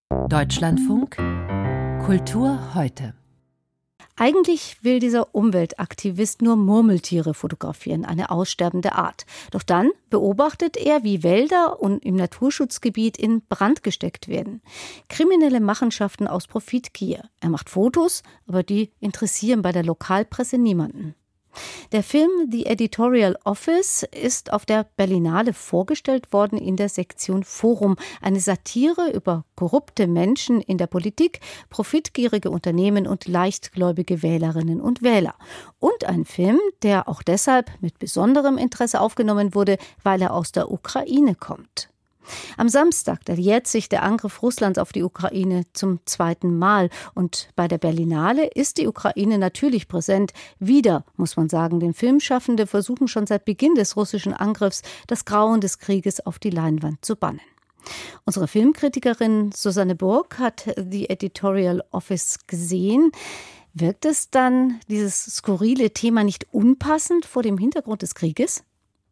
Deutschlandfunk Kultur heute. Eigentlich will dieser Umweltaktivist nur Murmeltiere fotografieren, eine aussterbende Art. Doch dann beobachtet er, wie Wälder und im Naturschutzgebiet in Brand gesteckt werden. Kriminelle Machenschaften aus Profitgier. Er macht Fotos, aber die interessieren bei der Lokalpresse niemanden. Der Film The Editorial Office ist auf der Berlinale vorgestellt worden in der Sektion Forum. Eine Satire über korrupte Menschen in der Politik, profitgierige Unternehmen und leichtgläubige Wählerinnen und Wähler. Und ein Film, der auch deshalb mit besonderem Interesse aufgenommen wurde, weil er aus der Ukraine kommt. Am Samstag, da jährt sich der Angriff Russlands auf die Ukraine zum zweiten Mal. Und bei der Berlinale ist die Ukraine natürlich präsent. Wieder, muss man sagen, denn Filmschaffende versuchen schon seit Beginn des russischen Angriffs, das Grauen des Krieges auf die Leinwand zu bannen. Unsere Filmkritikerin Susanne Burg hat The Editorial Office gesehen. Wirkt es dann, dieses skurrile Thema, nicht unpassend vor dem Hintergrund des Krieges?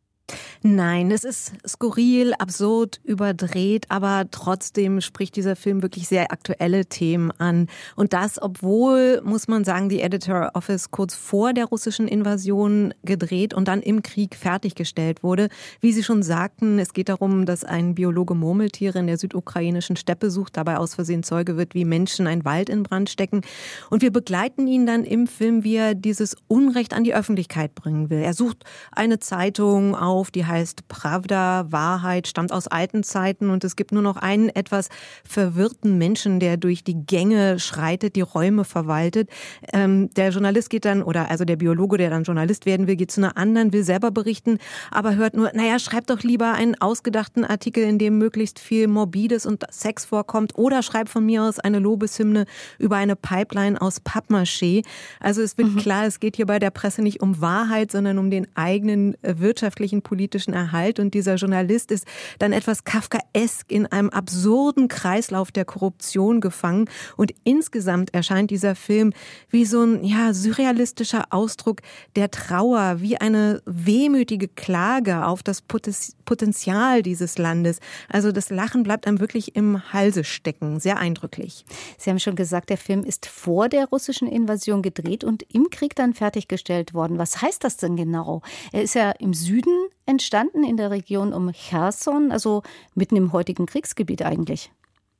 Nein, es ist skurril, absurd, überdreht, aber trotzdem spricht dieser Film wirklich sehr aktuelle Themen an. Und das, obwohl, muss man sagen, die Editor Office kurz vor der russischen Invasion gedreht und dann im Krieg fertiggestellt wurde. Wie Sie schon sagten, es geht darum, dass ein Biologe Murmeltiere in der südukrainischen Steppe sucht, dabei aus Versehen Zeuge wird, wie Menschen einen Wald in Brand stecken. Und wir begleiten ihn dann im Film, wie er dieses Unrecht an die Öffentlichkeit bringen will. Er sucht eine Zeitung auf, die heißt Pravda, Wahrheit, stammt aus alten Zeiten und es gibt nur noch einen etwas verwirrten Menschen, der durch die Gänge schreitet, die Räume verwaltet. Der Journalist geht dann, also der Biologe, der dann Journalist werden will, geht zu einer anderen, will selber berichten, aber hört nur, schreib doch lieber einen ausgedachten Artikel, in dem möglichst viel Morbides und Sex vorkommt oder schreib von mir aus eine Lobeshymne über eine Pipeline aus Pappmaché. Also es wird klar, es geht hier bei der Presse nicht um Wahrheit, sondern um den eigenen wirtschaftlichen, politischen Erhalt. Und dieser Journalist ist dann etwas kafkaesk in einem absurden Kreislauf der Korruption gefangen. Und insgesamt erscheint dieser Film wie so ein surrealistischer Ausdruck der Trauer, wie eine wehmütige Klage auf das Potenzial dieses Landes. Also das Lachen bleibt einem wirklich im Halse stecken. Sehr eindrücklich. Sie haben schon gesagt, der Film ist vor der russischen Invasion gedreht und im Krieg dann fertiggestellt worden. Was heißt das denn genau? Er ist ja im Süden entstanden, in der Region um Cherson, also mitten im heutigen Kriegsgebiet eigentlich.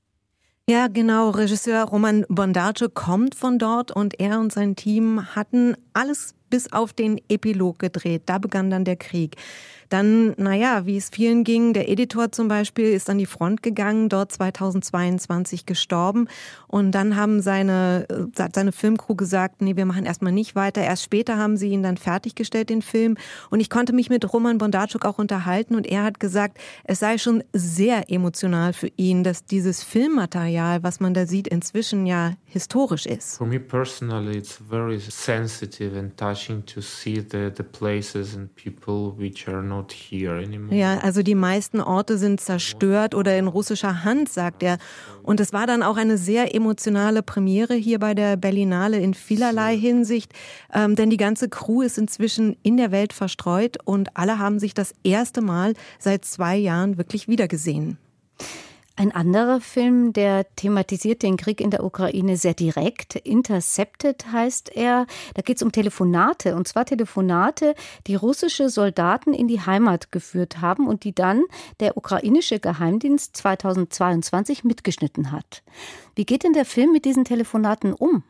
Ja, genau. Regisseur Roman Bondarchuk kommt von dort und er und sein Team hatten alles bis auf den Epilog gedreht. Da begann dann der Krieg. Dann, wie es vielen ging, der Editor zum Beispiel ist an die Front gegangen, dort 2022 gestorben. Und dann haben seine Filmcrew gesagt, nee, wir machen erstmal nicht weiter. Erst später haben sie ihn dann fertiggestellt, den Film. Und ich konnte mich mit Roman Bondarchuk auch unterhalten und er hat gesagt, es sei schon sehr emotional für ihn, dass dieses Filmmaterial, was man da sieht, inzwischen ja historisch ist. For me personally, it's very sensitive and touching to see the places and people which are not here anymore. Ja, also die meisten Orte sind zerstört oder in russischer Hand, sagt er. Und es war dann auch eine sehr emotionale Premiere hier bei der Berlinale in vielerlei Hinsicht, denn die ganze Crew ist inzwischen in der Welt verstreut und alle haben sich das erste Mal seit 2 Jahren wirklich wiedergesehen. Ein anderer Film, der thematisiert den Krieg in der Ukraine sehr direkt. Intercepted heißt er. Da geht es um Telefonate. Und zwar Telefonate, die russische Soldaten in die Heimat geführt haben und die dann der ukrainische Geheimdienst 2022 mitgeschnitten hat. Wie geht denn der Film mit diesen Telefonaten um?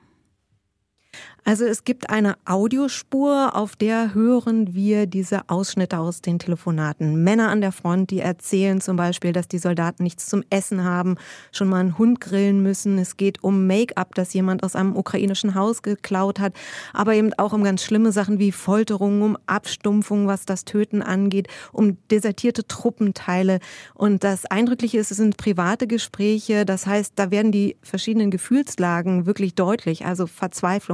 Also es gibt eine Audiospur, auf der hören wir diese Ausschnitte aus den Telefonaten. Männer an der Front, die erzählen zum Beispiel, dass die Soldaten nichts zum Essen haben, schon mal einen Hund grillen müssen. Es geht um Make-up, das jemand aus einem ukrainischen Haus geklaut hat, aber eben auch um ganz schlimme Sachen wie Folterungen, um Abstumpfung, was das Töten angeht, um desertierte Truppenteile. Und das Eindrückliche ist, es sind private Gespräche, das heißt, da werden die verschiedenen Gefühlslagen wirklich deutlich, also Verzweiflung, Hass,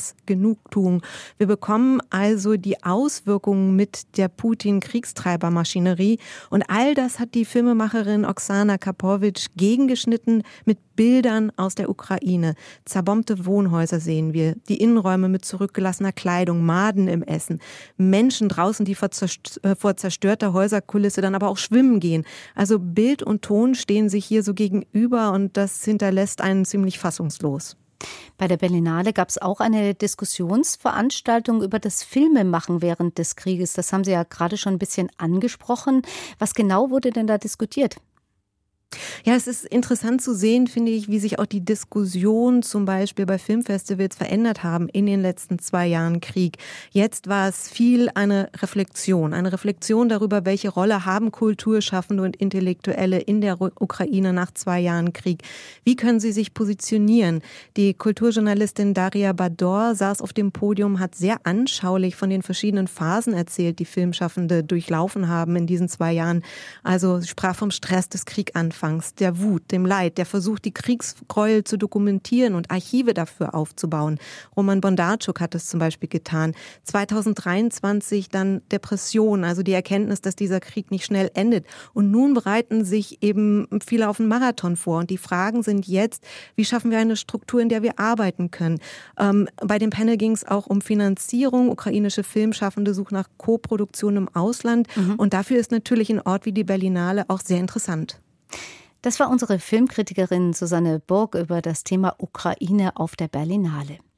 als Genugtuung. Wir bekommen also die Auswirkungen mit der Putin-Kriegstreibermaschinerie. Und all das hat die Filmemacherin Oksana Karpowitsch gegengeschnitten mit Bildern aus der Ukraine. Zerbombte Wohnhäuser sehen wir, die Innenräume mit zurückgelassener Kleidung, Maden im Essen, Menschen draußen, die vor zerstörter Häuserkulisse dann aber auch schwimmen gehen. Also Bild und Ton stehen sich hier so gegenüber und das hinterlässt einen ziemlich fassungslos. Bei der Berlinale gab es auch eine Diskussionsveranstaltung über das Filmemachen während des Krieges. Das haben Sie ja gerade schon ein bisschen angesprochen. Was genau wurde denn da diskutiert? Ja, es ist interessant zu sehen, finde ich, wie sich auch die Diskussion zum Beispiel bei Filmfestivals verändert haben in den letzten 2 Jahren Krieg. Jetzt war es viel eine Reflexion darüber, welche Rolle haben Kulturschaffende und Intellektuelle in der Ukraine nach 2 Jahren Krieg. Wie können sie sich positionieren? Die Kulturjournalistin Daria Bador saß auf dem Podium, hat sehr anschaulich von den verschiedenen Phasen erzählt, die Filmschaffende durchlaufen haben in diesen 2 Jahren. Also sie sprach vom Stress des Krieganfangs, der Wut, dem Leid, der Versuch, die Kriegsgräuel zu dokumentieren und Archive dafür aufzubauen. Roman Bondarchuk hat es zum Beispiel getan. 2023 dann Depression, also die Erkenntnis, dass dieser Krieg nicht schnell endet. Und nun bereiten sich eben viele auf einen Marathon vor. Und die Fragen sind jetzt, wie schaffen wir eine Struktur, in der wir arbeiten können? Bei dem Panel ging es auch um Finanzierung. Ukrainische Filmschaffende suchen nach Co-Produktion im Ausland. Und dafür ist natürlich ein Ort wie die Berlinale auch sehr interessant. Das war unsere Filmkritikerin Susanne Burg über das Thema Ukraine auf der Berlinale.